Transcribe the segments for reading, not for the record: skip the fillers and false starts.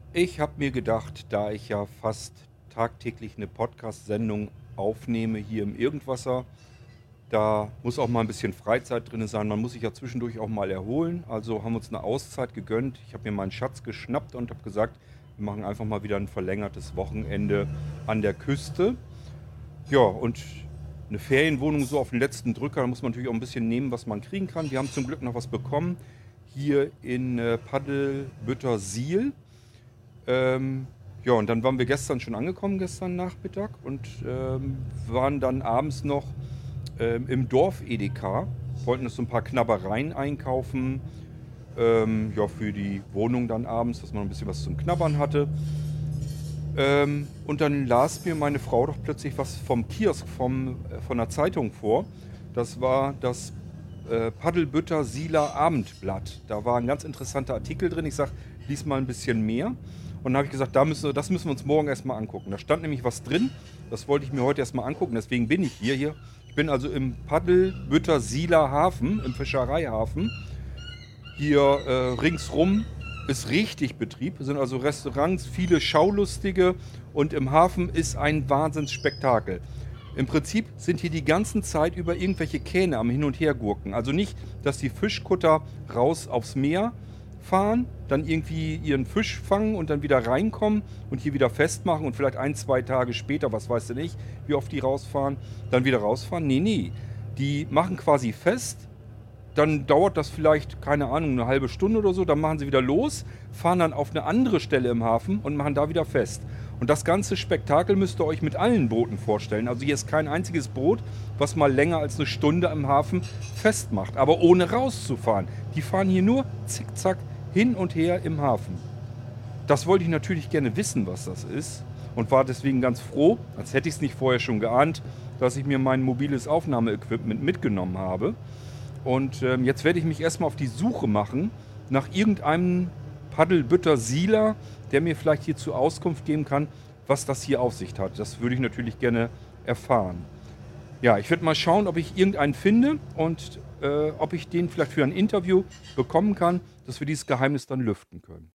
Ich habe mir gedacht, da ich ja fast tagtäglich eine Podcast-Sendung aufnehme hier im Irgendwasser, da muss auch mal ein bisschen Freizeit drin sein. Man muss sich ja zwischendurch auch mal erholen. Also haben wir uns eine Auszeit gegönnt. Ich habe mir meinen Schatz geschnappt und habe gesagt, wir machen einfach mal wieder ein verlängertes Wochenende an der Küste. Ja, und eine Ferienwohnung so auf den letzten Drücker, da muss man natürlich auch ein bisschen nehmen, was man kriegen kann. Wir haben zum Glück noch was bekommen hier in Paddelbüttersiel. Ähm, ja, und dann waren wir gestern schon angekommen, gestern Nachmittag, und waren dann abends noch im Dorf Edeka, wollten uns so ein paar Knabbereien einkaufen, ja, für die Wohnung dann abends, dass man ein bisschen was zum Knabbern hatte. Und dann las mir meine Frau doch plötzlich was vom Kiosk, von der Zeitung vor. Das war das Paddelbütter Sieler Abendblatt. Da war ein ganz interessanter Artikel drin. Ich sag, lies mal ein bisschen mehr. Und dann habe ich gesagt, das müssen wir uns morgen erstmal angucken. Da stand nämlich was drin. Das wollte ich mir heute erstmal angucken. Deswegen bin ich hier. Ich bin also im Paddelbütter Sieler Hafen, im Fischereihafen. Hier ringsrum ist richtig Betrieb. Es sind also Restaurants, viele Schaulustige, und im Hafen ist ein Wahnsinnsspektakel. Im Prinzip sind hier die ganze Zeit über irgendwelche Kähne am Hin- und Hergurken. Also nicht, dass die Fischkutter raus aufs Meer fahren, dann irgendwie ihren Fisch fangen und dann wieder reinkommen und hier wieder festmachen und vielleicht ein, zwei Tage später, was weißt du nicht, wie oft die rausfahren, dann wieder rausfahren. Nee, nee. Die machen quasi fest, dann dauert das vielleicht, keine Ahnung, eine halbe Stunde oder so. Dann machen sie wieder los, fahren dann auf eine andere Stelle im Hafen und machen da wieder fest. Und das ganze Spektakel müsst ihr euch mit allen Booten vorstellen. Also hier ist kein einziges Boot, was mal länger als eine Stunde im Hafen festmacht. Aber ohne rauszufahren. Die fahren hier nur zickzack hin und her im Hafen. Das wollte ich natürlich gerne wissen, was das ist. Und war deswegen ganz froh, als hätte ich es nicht vorher schon geahnt, dass ich mir mein mobiles Aufnahmeequipment mitgenommen habe. Und jetzt werde ich mich erstmal auf die Suche machen nach irgendeinem Paddelbütter Sieler, der mir vielleicht hierzu Auskunft geben kann, was das hier auf sich hat. Das würde ich natürlich gerne erfahren. Ja, ich werde mal schauen, ob ich irgendeinen finde und ob ich den vielleicht für ein Interview bekommen kann, dass wir dieses Geheimnis dann lüften können.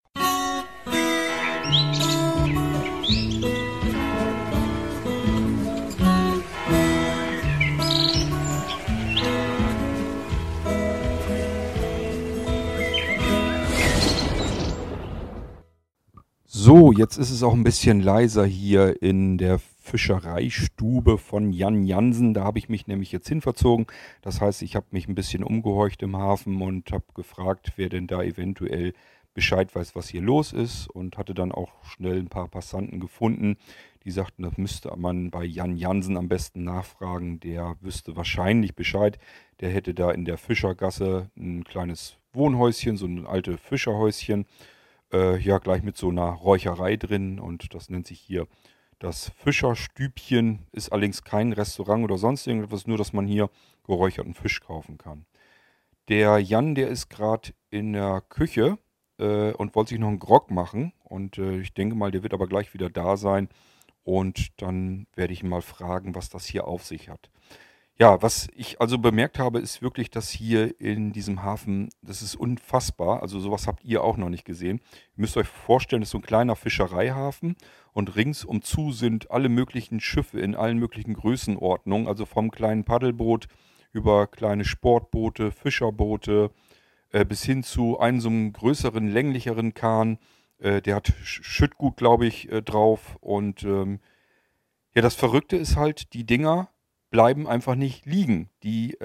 So, jetzt ist es auch ein bisschen leiser hier in der Fischereistube von Jan Jansen. Da habe ich mich nämlich jetzt hinverzogen. Das heißt, ich habe mich ein bisschen umgehorcht im Hafen und habe gefragt, wer denn da eventuell Bescheid weiß, was hier los ist, und hatte dann auch schnell ein paar Passanten gefunden, die sagten, das müsste man bei Jan Jansen am besten nachfragen. Der wüsste wahrscheinlich Bescheid. Der hätte da in der Fischergasse ein kleines Wohnhäuschen, so ein altes Fischerhäuschen. Ja, gleich mit so einer Räucherei drin, und das nennt sich hier das Fischerstübchen. Ist allerdings kein Restaurant oder sonst irgendetwas, nur dass man hier geräucherten Fisch kaufen kann. Der Jan, der ist gerade in der Küche und wollte sich noch einen Grog machen, und ich denke mal, der wird aber gleich wieder da sein, und dann werde ich ihn mal fragen, was das hier auf sich hat. Ja, was ich also bemerkt habe, ist wirklich, dass hier in diesem Hafen, das ist unfassbar. Also sowas habt ihr auch noch nicht gesehen. Ihr müsst euch vorstellen, das ist so ein kleiner Fischereihafen, und ringsumzu sind alle möglichen Schiffe in allen möglichen Größenordnungen. Also vom kleinen Paddelboot über kleine Sportboote, Fischerboote, bis hin zu einem so einem größeren, länglicheren Kahn. Der hat Schüttgut, glaube ich, drauf. Und ja, das Verrückte ist halt, die Dinger bleiben einfach nicht liegen. Die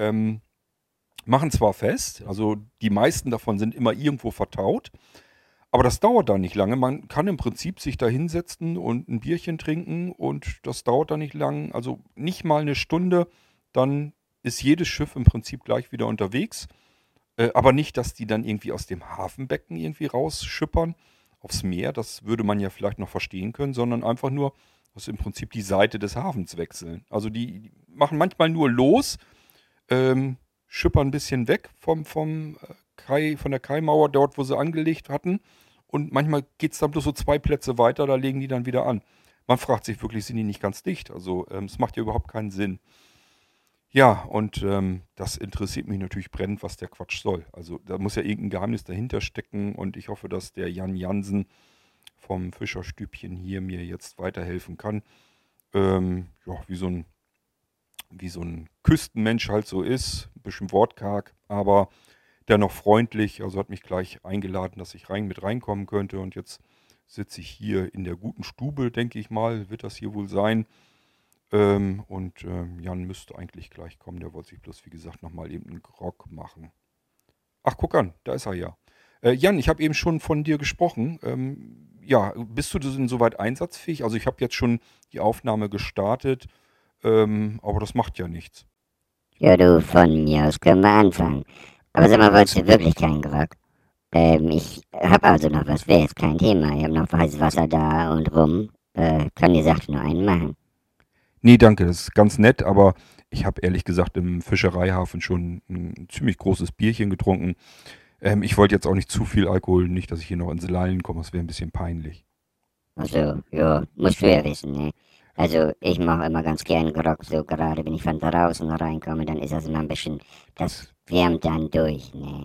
machen zwar fest, also die meisten davon sind immer irgendwo vertaut, aber das dauert dann nicht lange. Man kann im Prinzip sich da hinsetzen und ein Bierchen trinken, und das dauert dann nicht lang. Also nicht mal eine Stunde, dann ist jedes Schiff im Prinzip gleich wieder unterwegs. Aber nicht, dass die dann irgendwie aus dem Hafenbecken irgendwie rausschippern aufs Meer. Das würde man ja vielleicht noch verstehen können, sondern einfach nur, dass im Prinzip die Seite des Hafens wechseln. Also die machen manchmal nur los, schippern ein bisschen weg vom Kai, von der Kaimauer, dort, wo sie angelegt hatten. Und manchmal geht es dann bloß so zwei Plätze weiter, da legen die dann wieder an. Man fragt sich wirklich, sind die nicht ganz dicht? Also es macht ja überhaupt keinen Sinn. Ja, und das interessiert mich natürlich brennend, was der Quatsch soll. Also da muss ja irgendein Geheimnis dahinter stecken, und ich hoffe, dass der Jan Jansen vom Fischerstübchen hier mir jetzt weiterhelfen kann. Ja, wie so ein Küstenmensch halt so ist. Ein bisschen wortkarg, aber dennoch freundlich. Also hat mich gleich eingeladen, dass ich mit reinkommen könnte. Und jetzt sitze ich hier in der guten Stube, denke ich mal, wird das hier wohl sein. Jan müsste eigentlich gleich kommen. Der wollte sich bloß, wie gesagt, nochmal eben einen Grog machen. Ach, guck an, da ist er ja. Jan, ich habe eben schon von dir gesprochen. Ja, bist du denn soweit einsatzfähig? Also ich habe jetzt schon die Aufnahme gestartet, aber das macht ja nichts. Ja, du, von mir aus können wir anfangen. Aber sag mal, wolltest du wirklich keinen Grog? Ich hab also noch was, wäre jetzt kein Thema. Ich hab noch heißes Wasser da und rum. Können die Sache nur einen machen. Nee, danke, das ist ganz nett, aber ich habe ehrlich gesagt im Fischereihafen schon ein ziemlich großes Bierchen getrunken. Ich wollte jetzt auch nicht zu viel Alkohol, nicht, dass ich hier noch ins Lallen komme, das wäre ein bisschen peinlich. Also, ja, musst du ja wissen, ne? Also, ich mache immer ganz gern Grog, so gerade wenn ich von draußen reinkomme, dann ist das immer ein bisschen, das wärmt dann durch, ne?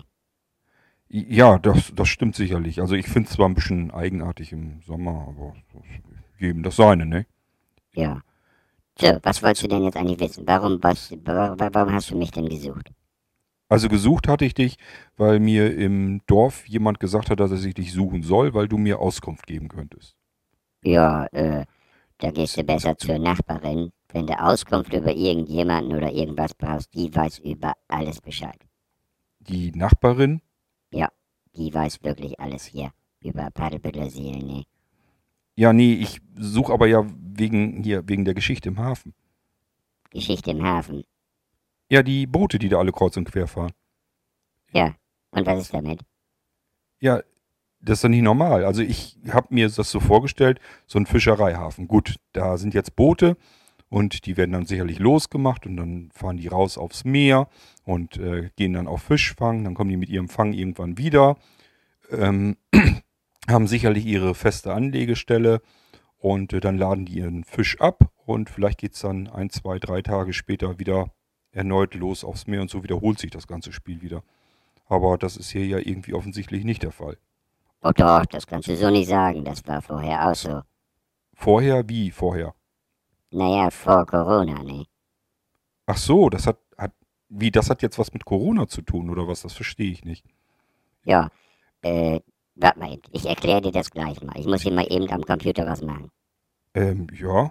Ja, das stimmt sicherlich. Also ich finde es zwar ein bisschen eigenartig im Sommer, aber jedem das seine, ne? Ja. So, was wolltest du denn jetzt eigentlich wissen? Warum hast du mich denn gesucht? Also gesucht hatte ich dich, weil mir im Dorf jemand gesagt hat, dass er sich dich suchen soll, weil du mir Auskunft geben könntest. Ja, da gehst du besser zur Nachbarin. Wenn du Auskunft über irgendjemanden oder irgendwas brauchst, die weiß über alles Bescheid. Die Nachbarin? Ja, die weiß wirklich alles hier über Paddelbüttler Seelen, ne? Ja, nee, ich suche aber ja wegen der Geschichte im Hafen. Geschichte im Hafen. Ja, die Boote, die da alle kreuz und quer fahren. Ja, und was ist damit? Ja, das ist doch nicht normal. Also ich habe mir das so vorgestellt, so ein Fischereihafen. Gut, da sind jetzt Boote und die werden dann sicherlich losgemacht und dann fahren die raus aufs Meer und gehen dann auf Fischfang. Dann kommen die mit ihrem Fang irgendwann wieder, ähm, haben sicherlich ihre feste Anlegestelle und dann laden die ihren Fisch ab und vielleicht geht es dann 1, 2, 3 Tage später wieder erneut los aufs Meer und so wiederholt sich das ganze Spiel wieder. Aber das ist hier ja irgendwie offensichtlich nicht der Fall. Oh doch, das kannst du so nicht sagen. Das war vorher auch so. Vorher wie vorher? Naja, vor Corona, ne? Ach so, das hat jetzt was mit Corona zu tun oder was? Das verstehe ich nicht. Ja, warte mal, ich erkläre dir das gleich mal. Ich muss hier mal eben am Computer was machen. Ja.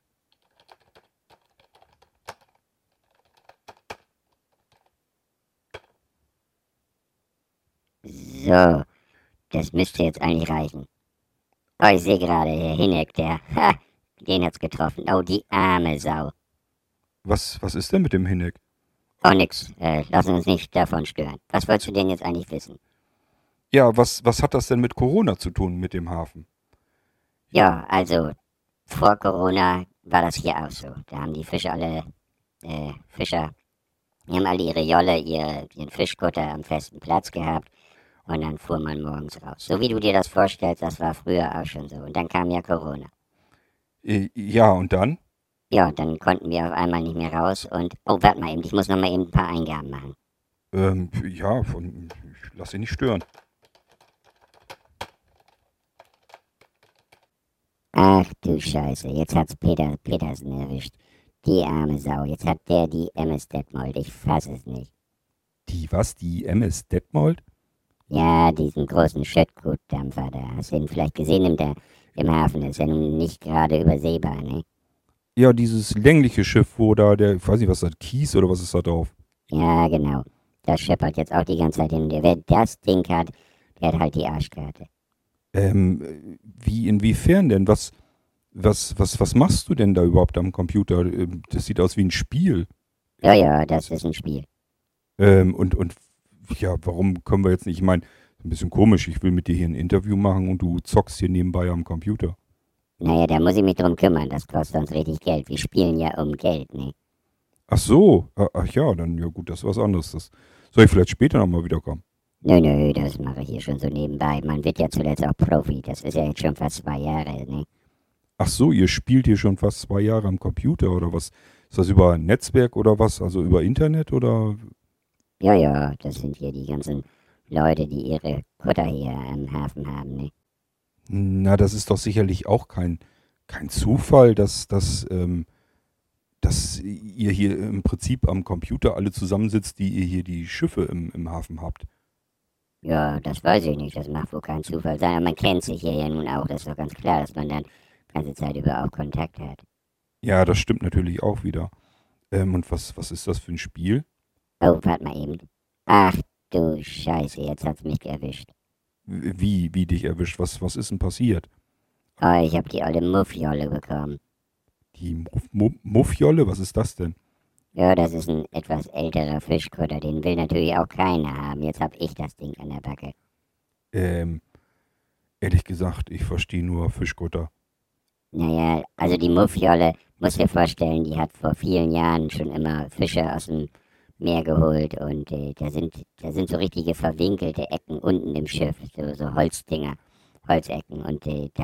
So, das müsste jetzt eigentlich reichen. Oh, ich sehe gerade, Herr Hineck, den hat's getroffen. Oh, die arme Sau. Was ist denn mit dem Hinneck? Oh, nix. Lassen uns nicht davon stören. Was wolltest du denn jetzt eigentlich wissen? Ja, was hat das denn mit Corona zu tun mit dem Hafen? Ja, also, vor Corona war das hier auch so. Da haben die Fischer, die haben alle ihre Jolle, ihren Fischkutter am festen Platz gehabt und dann fuhr man morgens raus. So wie du dir das vorstellst, das war früher auch schon so. Und dann kam ja Corona. Ja, und dann? Ja, dann konnten wir auf einmal nicht mehr raus und, oh, warte mal eben, ich muss noch mal eben ein paar Eingaben machen. Ja, ich lass dich nicht stören. Ach du Scheiße, jetzt hat's Petersen erwischt. Die arme Sau, jetzt hat der die MS Detmold, ich fass es nicht. Die was? Die MS Detmold? Ja, diesen großen Schüttgutdampfer da. Hast du ihn vielleicht gesehen im Hafen? Ist ja nun nicht gerade übersehbar, ne? Ja, dieses längliche Schiff, wo da ich weiß nicht, was das, Kies oder was ist da drauf? Ja, genau. Das scheppert jetzt auch die ganze Zeit hin. Wer das Ding hat, der hat halt die Arschkarte. Inwiefern denn? Was machst du denn da überhaupt am Computer? Das sieht aus wie ein Spiel. Ja, ja, das ist ein Spiel. Und ja, warum können wir jetzt nicht? Ich meine, ein bisschen komisch, ich will mit dir hier ein Interview machen und du zockst hier nebenbei am Computer. Naja, da muss ich mich drum kümmern. Das kostet uns richtig Geld. Wir spielen ja um Geld, ne? Ach so, ach ja, dann ja gut, das ist was anderes. Das soll ich vielleicht später nochmal wiederkommen. Nö, das mache ich hier schon so nebenbei. Man wird ja zuletzt auch Profi. Das ist ja jetzt schon fast 2 Jahre, ne? Ach so, ihr spielt hier schon fast 2 Jahre am Computer oder was? Ist das über ein Netzwerk oder was? Also über Internet oder? Ja, ja, das sind hier die ganzen Leute, die ihre Kutter hier am Hafen haben, ne? Na, das ist doch sicherlich auch kein Zufall, dass ihr hier im Prinzip am Computer alle zusammensitzt, die ihr hier die Schiffe im Hafen habt. Ja, das weiß ich nicht. Das mag wohl kein Zufall sein. Aber man kennt sich hier ja nun auch. Das ist doch ganz klar, dass man dann die ganze Zeit über auch Kontakt hat. Ja, das stimmt natürlich auch wieder. Und was ist das für ein Spiel? Oh, warte mal eben. Ach du Scheiße, jetzt hat's mich erwischt. Wie dich erwischt? Was ist denn passiert? Oh, ich hab die alte Muffjolle bekommen. Die Muffjolle? Was ist das denn? Ja, das ist ein etwas älterer Fischkutter. Den will natürlich auch keiner haben. Jetzt hab ich das Ding an der Backe. Ähm, Ehrlich gesagt, ich verstehe nur Fischkutter. Naja, also die Muffjolle, muss dir vorstellen, die hat vor vielen Jahren schon immer Fische aus dem Meer geholt und da sind so richtige verwinkelte Ecken unten im Schiff, so Holzdinger, Holzecken und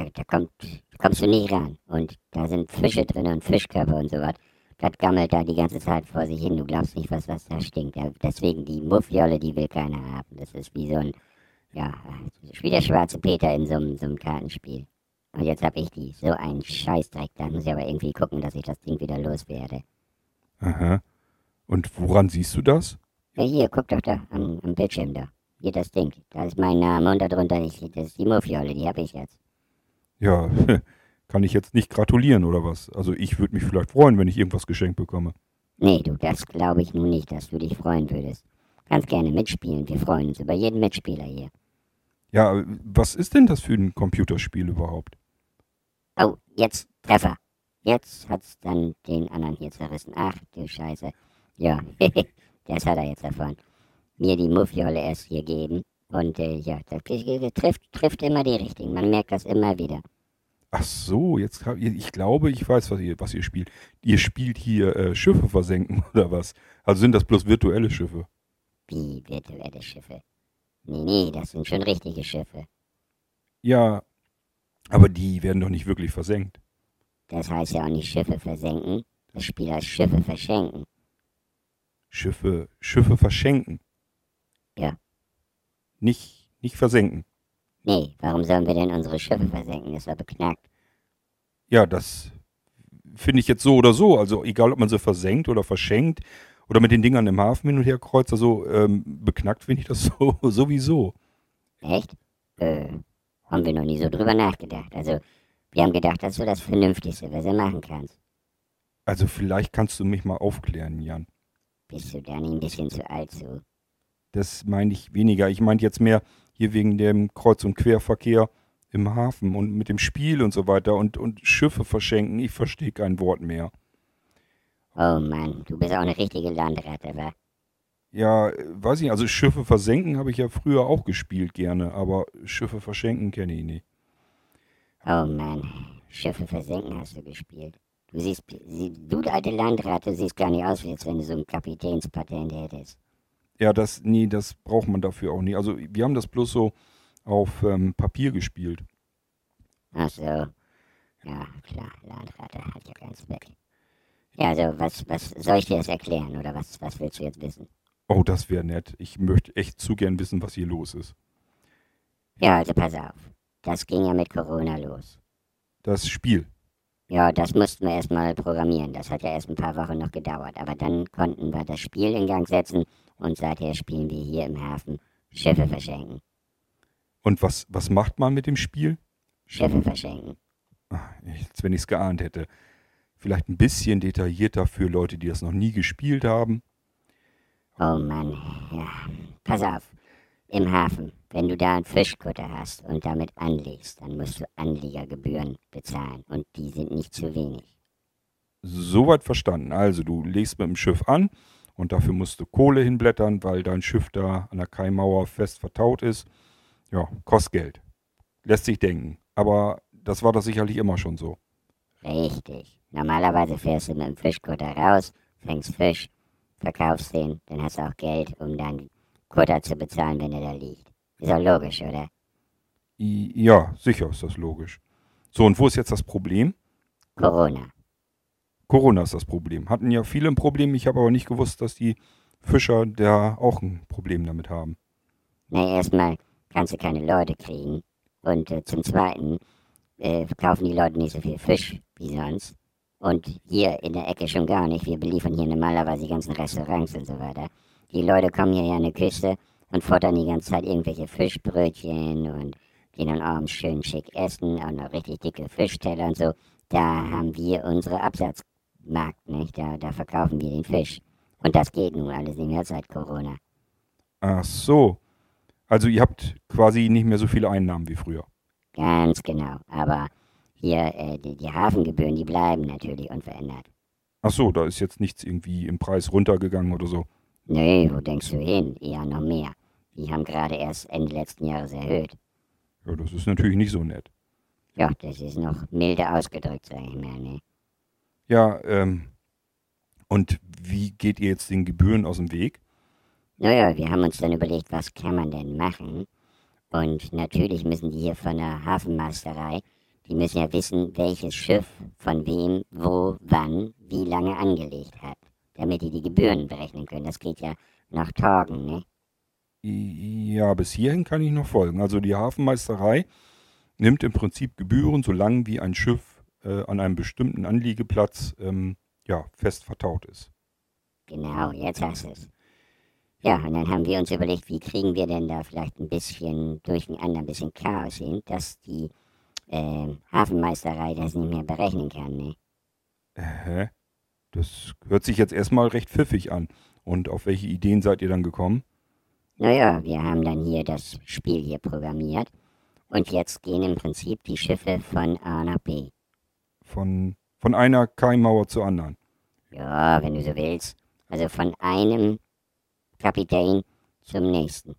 da kommst du nicht ran. Und da sind Fische drin und Fischköpfe und sowas. Das gammelt da die ganze Zeit vor sich hin. Du glaubst nicht, was da stinkt. Ja, deswegen die Muffjolle, die will keiner haben. Das ist wie so ein, ja, wie der schwarze Peter in so einem Kartenspiel. Und jetzt hab ich die. So ein Scheißdreck. Da muss ich aber irgendwie gucken, dass ich das Ding wieder loswerde. Aha. Und woran siehst du das? Ja, hier, guck doch da am Bildschirm da. Hier das Ding. Da ist mein Name und darunter das ist die Muffjolle. Die hab ich jetzt. Ja, kann ich jetzt nicht gratulieren oder was? Also ich würde mich vielleicht freuen, wenn ich irgendwas geschenkt bekomme. Nee, du, das glaube ich nun nicht, dass du dich freuen würdest. Kannst gerne mitspielen. Wir freuen uns über jeden Mitspieler hier. Ja, was ist denn das für ein Computerspiel überhaupt? Oh, jetzt Treffer. Jetzt hat's dann den anderen hier zerrissen. Ach du Scheiße. Ja, das hat er jetzt davon. Mir die Muffjolle erst hier geben. Und ja, das trifft immer die richtigen. Man merkt das immer wieder. Ach so, ich glaube, ich weiß, was ihr spielt. Ihr spielt hier Schiffe versenken oder was? Also sind das bloß virtuelle Schiffe? Wie virtuelle Schiffe. Nee, das sind schon richtige Schiffe. Ja, aber die werden doch nicht wirklich versenkt. Das heißt ja auch nicht Schiffe versenken. Das Spiel heißt Schiffe verschenken. Schiffe verschenken, Ja. nicht versenken. Nee, warum sollen wir denn unsere Schiffe versenken? Das war beknackt. Ja, das finde ich jetzt so oder so. Also egal, ob man sie versenkt oder verschenkt oder mit den Dingern im Hafen hin und her kreuzt, also beknackt finde ich das so sowieso. Echt? Haben wir noch nie so drüber nachgedacht. Also, wir haben gedacht, das ist so das Vernünftigste, was du machen kannst. Also vielleicht kannst du mich mal aufklären, Jan. Bist du da nicht ein bisschen zu alt zu? Das meine ich weniger. Ich meinte jetzt mehr hier wegen dem Kreuz- und Querverkehr im Hafen und mit dem Spiel und so weiter und Schiffe verschenken. Ich verstehe kein Wort mehr. Oh Mann, du bist auch eine richtige Landratte, wa? Ja, weiß ich nicht. Also Schiffe versenken habe ich ja früher auch gespielt gerne, aber Schiffe verschenken kenne ich nicht. Oh Mann, Schiffe versenken hast du gespielt. Du alte Landratte, siehst gar nicht aus, als wenn du so ein Kapitänspatent hättest. Ja, nee, das braucht man dafür auch nicht. Also wir haben das bloß so auf Papier gespielt. Ach so, ja, klar, Landratte hat ja keinen Zweck. Ja, also, was soll ich dir das erklären, oder was willst du jetzt wissen? Oh, das wäre nett. Ich möchte echt zu gern wissen, was hier los ist. Ja, also pass auf. Das ging ja mit Corona los. Das Spiel. Ja, das mussten wir erstmal programmieren. Das hat ja erst ein paar Wochen noch gedauert. Aber dann konnten wir das Spiel in Gang setzen und seither spielen wir hier im Hafen Schiffe verschenken. Und was macht man mit dem Spiel? Schiffe verschenken. Ach, als wenn ich es geahnt hätte. Vielleicht ein bisschen detaillierter für Leute, die das noch nie gespielt haben. Oh Mann, ja. Pass auf. Im Hafen, wenn du da einen Fischkutter hast und damit anlegst, dann musst du Anliegergebühren bezahlen. Und die sind nicht zu wenig. Soweit verstanden. Also du legst mit dem Schiff an und dafür musst du Kohle hinblättern, weil dein Schiff da an der Kaimauer fest vertaut ist. Ja, kostet Geld. Lässt sich denken. Aber das war doch sicherlich immer schon so. Richtig. Normalerweise fährst du mit dem Fischkutter raus, fängst Fisch, verkaufst den, dann hast du auch Geld, um deinen Kutter zu bezahlen, wenn er da liegt. Ist auch logisch, oder? Ja, sicher ist das logisch. So, und wo ist jetzt das Problem? Corona. Corona ist das Problem. Hatten ja viele ein Problem. Ich habe aber nicht gewusst, dass die Fischer da auch ein Problem damit haben. Na, erstmal kannst du keine Leute kriegen. Und zum Zweiten kaufen die Leute nicht so viel Fisch wie sonst. Und hier in der Ecke schon gar nicht. Wir beliefern hier normalerweise die ganzen Restaurants und so weiter. Die Leute kommen hier ja an die Küste und futtern die ganze Zeit irgendwelche Fischbrötchen und gehen dann abends schön schick essen und noch richtig dicke Fischteller und so. Da haben wir unsere Absatzmarkt, nicht? Da verkaufen wir den Fisch. Und das geht nun alles nicht mehr seit Corona. Ach so. Also ihr habt quasi nicht mehr so viele Einnahmen wie früher. Ganz genau. Aber hier, die Hafengebühren, die bleiben natürlich unverändert. Ach so, da ist jetzt nichts irgendwie im Preis runtergegangen oder so. Nee, wo denkst du hin? Eher noch mehr. Die haben gerade erst Ende letzten Jahres erhöht. Ja, das ist natürlich nicht so nett. Ja, das ist noch milde ausgedrückt, sag ich mal, ne? Ja, und wie geht ihr jetzt den Gebühren aus dem Weg? Naja, wir haben uns dann überlegt, was kann man denn machen? Und natürlich müssen die hier von der Hafenmeisterei, die müssen ja wissen, welches Schiff von wem, wo, wann, wie lange angelegt hat, damit die Gebühren berechnen können. Das geht ja nach Tagen, ne? Ja, bis hierhin kann ich noch folgen. Also die Hafenmeisterei nimmt im Prinzip Gebühren, solange wie ein Schiff an einem bestimmten Anliegeplatz ja, fest vertaut ist. Genau, jetzt hast du es. Ja, und dann haben wir uns überlegt, wie kriegen wir denn da vielleicht ein bisschen durcheinander, ein bisschen Chaos hin, dass die Hafenmeisterei das nicht mehr berechnen kann, ne? Hä? Das hört sich jetzt erstmal recht pfiffig an. Und auf welche Ideen seid ihr dann gekommen? Naja, wir haben dann hier das Spiel hier programmiert und jetzt gehen im Prinzip die Schiffe von A nach B. Von einer Kaimauer zur anderen. Ja, wenn du so willst. Also von einem Kapitän zum nächsten.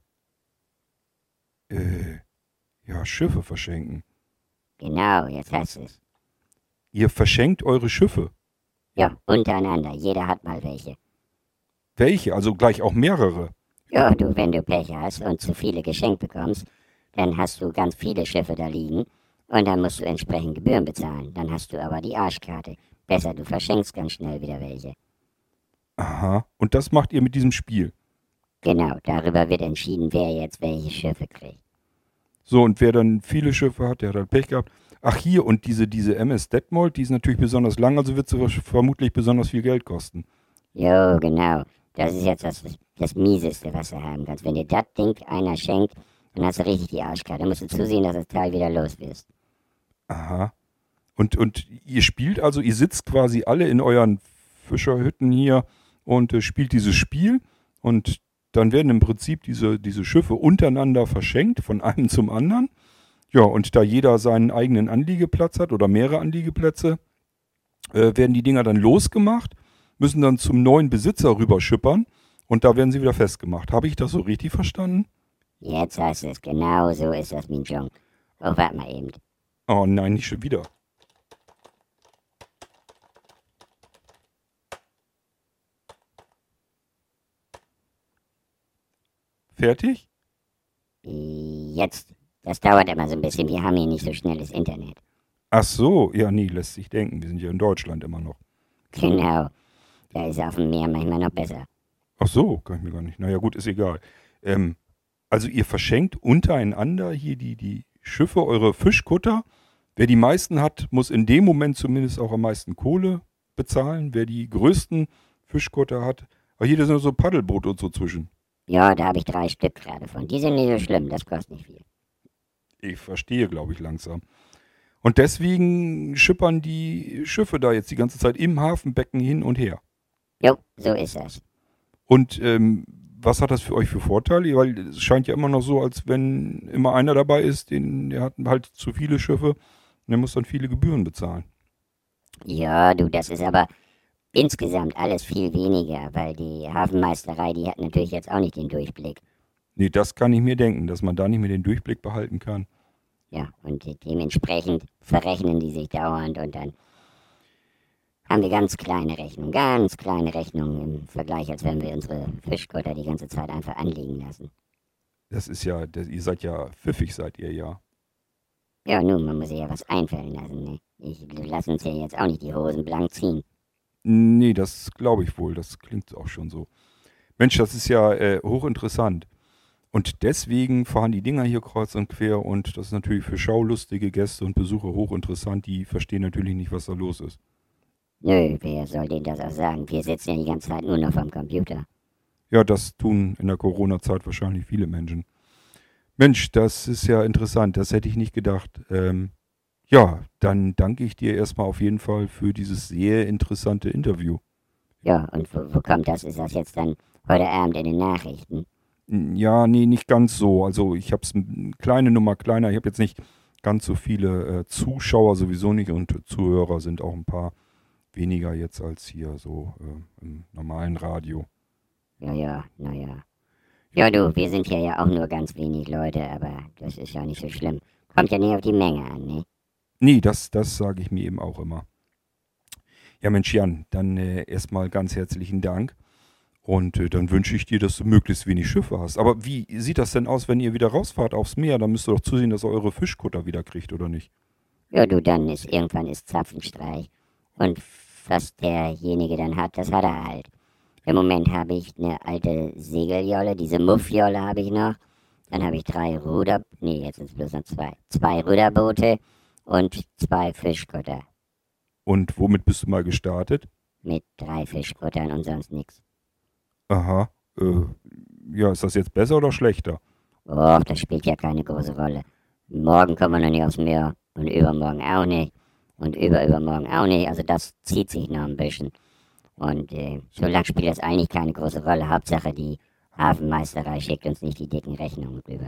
Äh, ja, Schiffe verschenken. Genau, jetzt hast du es. Ihr verschenkt eure Schiffe. Ja, untereinander. Jeder hat mal welche. Welche? Also gleich auch mehrere. Ja, du, wenn du Pech hast und zu viele geschenkt bekommst, dann hast du ganz viele Schiffe da liegen und dann musst du entsprechend Gebühren bezahlen. Dann hast du aber die Arschkarte. Besser, du verschenkst ganz schnell wieder welche. Aha. Und das macht ihr mit diesem Spiel. Genau, darüber wird entschieden, wer jetzt welche Schiffe kriegt. So, und wer dann viele Schiffe hat, der hat halt Pech gehabt. Ach hier, und diese MS Detmold, die ist natürlich besonders lang, also wird sie vermutlich besonders viel Geld kosten. Jo, genau. Das ist jetzt das Mieseste, was du haben kannst. Wenn dir das Ding einer schenkt, dann hast du richtig die Arschkarte. Dann musst du zusehen, dass das Teil wieder los wirst. Aha. Und ihr spielt also, ihr sitzt quasi alle in euren Fischerhütten hier und spielt dieses Spiel und dann werden im Prinzip diese Schiffe untereinander verschenkt, von einem zum anderen. Ja, und da jeder seinen eigenen Anliegeplatz hat oder mehrere Anliegeplätze, werden die Dinger dann losgemacht, müssen dann zum neuen Besitzer rüberschippern und da werden sie wieder festgemacht. Habe ich das so richtig verstanden? Jetzt hast du es. Genau so ist das, mein Jung. Oh, warte mal eben. Oh nein, nicht schon wieder. Fertig? Jetzt. Das dauert immer so ein bisschen. Wir haben hier nicht so schnelles Internet. Ach so, ja, nee, lässt sich denken. Wir sind ja in Deutschland immer noch. Genau. Da ist auf dem Meer manchmal noch besser. Ach so, kann ich mir gar nicht. Naja, gut, ist egal. Also ihr verschenkt untereinander hier die Schiffe, eure Fischkutter. Wer die meisten hat, muss in dem Moment zumindest auch am meisten Kohle bezahlen. Wer die größten Fischkutter hat, aber hier sind nur so Paddelboote und so zwischen. Ja, da habe ich 3 Stück gerade von. Die sind nicht so schlimm. Das kostet nicht viel. Ich verstehe, glaube ich, langsam. Und deswegen schippern die Schiffe da jetzt die ganze Zeit im Hafenbecken hin und her. Jo, so ist das. Und was hat das für euch für Vorteile? Weil es scheint ja immer noch so, als wenn immer einer dabei ist, der hat halt zu viele Schiffe und der muss dann viele Gebühren bezahlen. Ja, du, das ist aber insgesamt alles viel weniger, weil die Hafenmeisterei, die hat natürlich jetzt auch nicht den Durchblick. Nee, das kann ich mir denken, dass man da nicht mehr den Durchblick behalten kann. Ja, und dementsprechend verrechnen die sich dauernd und dann haben wir ganz kleine Rechnungen im Vergleich, als wenn wir unsere Fischkutter die ganze Zeit einfach anliegen lassen. Das ist ja, ihr seid ja pfiffig, seid ihr ja. Ja, nun, man muss sich ja was einfallen lassen, ne? Wir lassen uns ja jetzt auch nicht die Hosen blank ziehen. Nee, das glaube ich wohl, das klingt auch schon so. Mensch, das ist ja hochinteressant. Und deswegen fahren die Dinger hier kreuz und quer und das ist natürlich für schaulustige Gäste und Besucher hochinteressant. Die verstehen natürlich nicht, was da los ist. Nö, wer soll denen das auch sagen? Wir sitzen ja die ganze Zeit nur noch vom Computer. Ja, das tun in der Corona-Zeit wahrscheinlich viele Menschen. Mensch, das ist ja interessant. Das hätte ich nicht gedacht. Ja, dann danke ich dir erstmal auf jeden Fall für dieses sehr interessante Interview. Ja, und wo kommt das? Ist das jetzt dann heute Abend in den Nachrichten? Ja, nee, nicht ganz so. Also ich habe es eine kleine Nummer kleiner. Ich habe jetzt nicht ganz so viele Zuschauer sowieso nicht und Zuhörer sind auch ein paar weniger jetzt als hier so im normalen Radio. Ja, naja. Ja, du, wir sind hier ja auch nur ganz wenig Leute, aber das ist ja nicht so schlimm. Kommt ja nicht auf die Menge an, ne? Nee, das sage ich mir eben auch immer. Ja, Mensch, Jan, dann erstmal ganz herzlichen Dank. Und dann wünsche ich dir, dass du möglichst wenig Schiffe hast. Aber wie sieht das denn aus, wenn ihr wieder rausfahrt aufs Meer? Dann müsst ihr doch zusehen, dass ihr eure Fischkutter wieder kriegt, oder nicht? Ja, du, dann ist irgendwann ist Zapfenstreich. Und was derjenige dann hat, das hat er halt. Im Moment habe ich eine alte Segeljolle, diese Muffjolle habe ich noch. Dann habe ich jetzt sind es bloß noch zwei Ruderboote und 2 Fischkutter. Und womit bist du mal gestartet? Mit 3 Fischkuttern und sonst nichts. Aha. Ja, ist das jetzt besser oder schlechter? Och, das spielt ja keine große Rolle. Morgen kommen wir noch nicht aufs Meer und übermorgen auch nicht und übermorgen auch nicht. Also das zieht sich noch ein bisschen. Und so lange spielt das eigentlich keine große Rolle. Hauptsache die Hafenmeisterei schickt uns nicht die dicken Rechnungen rüber.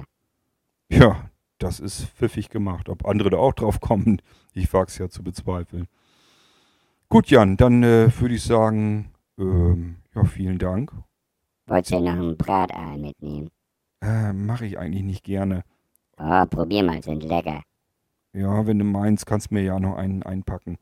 Ja, das ist pfiffig gemacht. Ob andere da auch drauf kommen, ich wage es ja zu bezweifeln. Gut, Jan, dann würde ich sagen, ja, vielen Dank. Wolltest du noch ein Bratei mitnehmen? Mache ich eigentlich nicht gerne. Oh, probier mal, sind lecker. Ja, wenn du meinst, kannst du mir ja noch einen einpacken.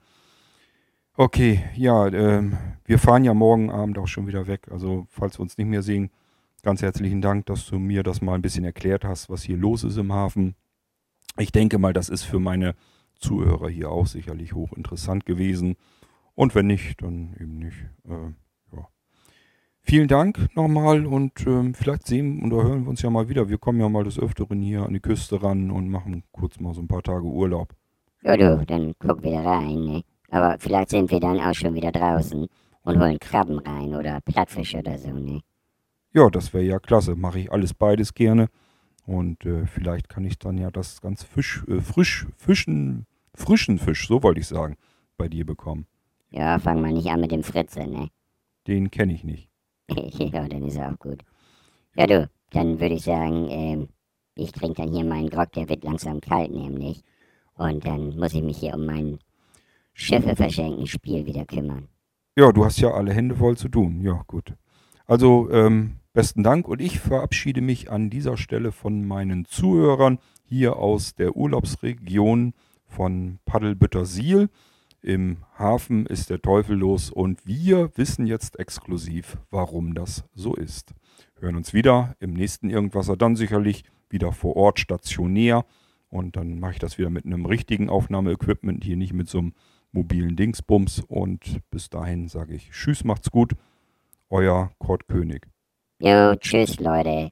Okay, ja, wir fahren ja morgen Abend auch schon wieder weg. Also, falls wir uns nicht mehr sehen, ganz herzlichen Dank, dass du mir das mal ein bisschen erklärt hast, was hier los ist im Hafen. Ich denke mal, das ist für meine Zuhörer hier auch sicherlich hochinteressant gewesen. Und wenn nicht, dann eben nicht. Ja. Vielen Dank nochmal und vielleicht sehen oder hören wir uns ja mal wieder. Wir kommen ja mal des Öfteren hier an die Küste ran und machen kurz mal so ein paar Tage Urlaub. Ja, du, dann guck wieder rein, ne? Aber vielleicht sind wir dann auch schon wieder draußen und holen Krabben rein oder Plattfische oder so, ne? Ja, das wäre ja klasse. Mache ich alles beides gerne. Und vielleicht kann ich dann ja das ganz frischen Fisch, so wollte ich sagen, bei dir bekommen. Ja, fang mal nicht an mit dem Fritze, ne? Den kenne ich nicht. Ja, dann ist er auch gut. Ja, du, dann würde ich sagen, ich trinke dann hier meinen Grog, der wird langsam kalt nämlich. Und dann muss ich mich hier um mein Schiffe verschenken Spiel wieder kümmern. Ja, du hast ja alle Hände voll zu tun. Ja, gut. Also, besten Dank und ich verabschiede mich an dieser Stelle von meinen Zuhörern hier aus der Urlaubsregion von Paddelbüttersiel. Im Hafen ist der Teufel los und wir wissen jetzt exklusiv, warum das so ist. Hören uns wieder im nächsten Irgendwasser, dann sicherlich wieder vor Ort stationär und dann mache ich das wieder mit einem richtigen Aufnahmeequipment, hier nicht mit so einem mobilen Dingsbums und bis dahin sage ich Tschüss, macht's gut, euer Kurt König. Jo, tschüss, Leute.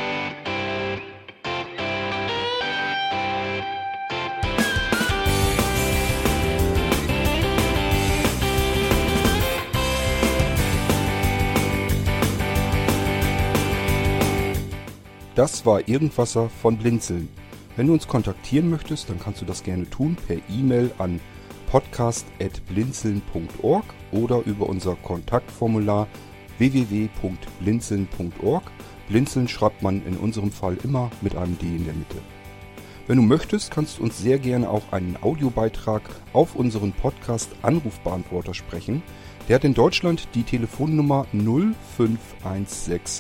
Das war Irgendwasser von Blinzeln. Wenn du uns kontaktieren möchtest, dann kannst du das gerne tun per E-Mail an podcast@blinzeln.org oder über unser Kontaktformular www.blinzeln.org. Blinzeln schreibt man in unserem Fall immer mit einem D in der Mitte. Wenn du möchtest, kannst du uns sehr gerne auch einen Audiobeitrag auf unseren Podcast Anrufbeantworter sprechen. Der hat in Deutschland die Telefonnummer 05165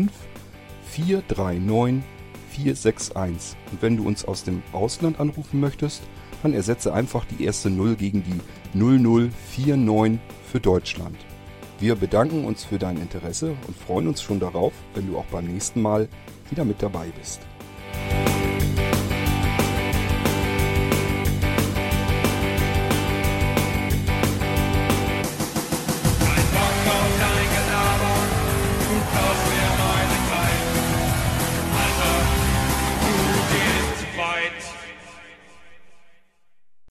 439 461. Und wenn du uns aus dem Ausland anrufen möchtest, dann ersetze einfach die erste 0 gegen die 0049 für Deutschland. Wir bedanken uns für dein Interesse und freuen uns schon darauf, wenn du auch beim nächsten Mal wieder mit dabei bist.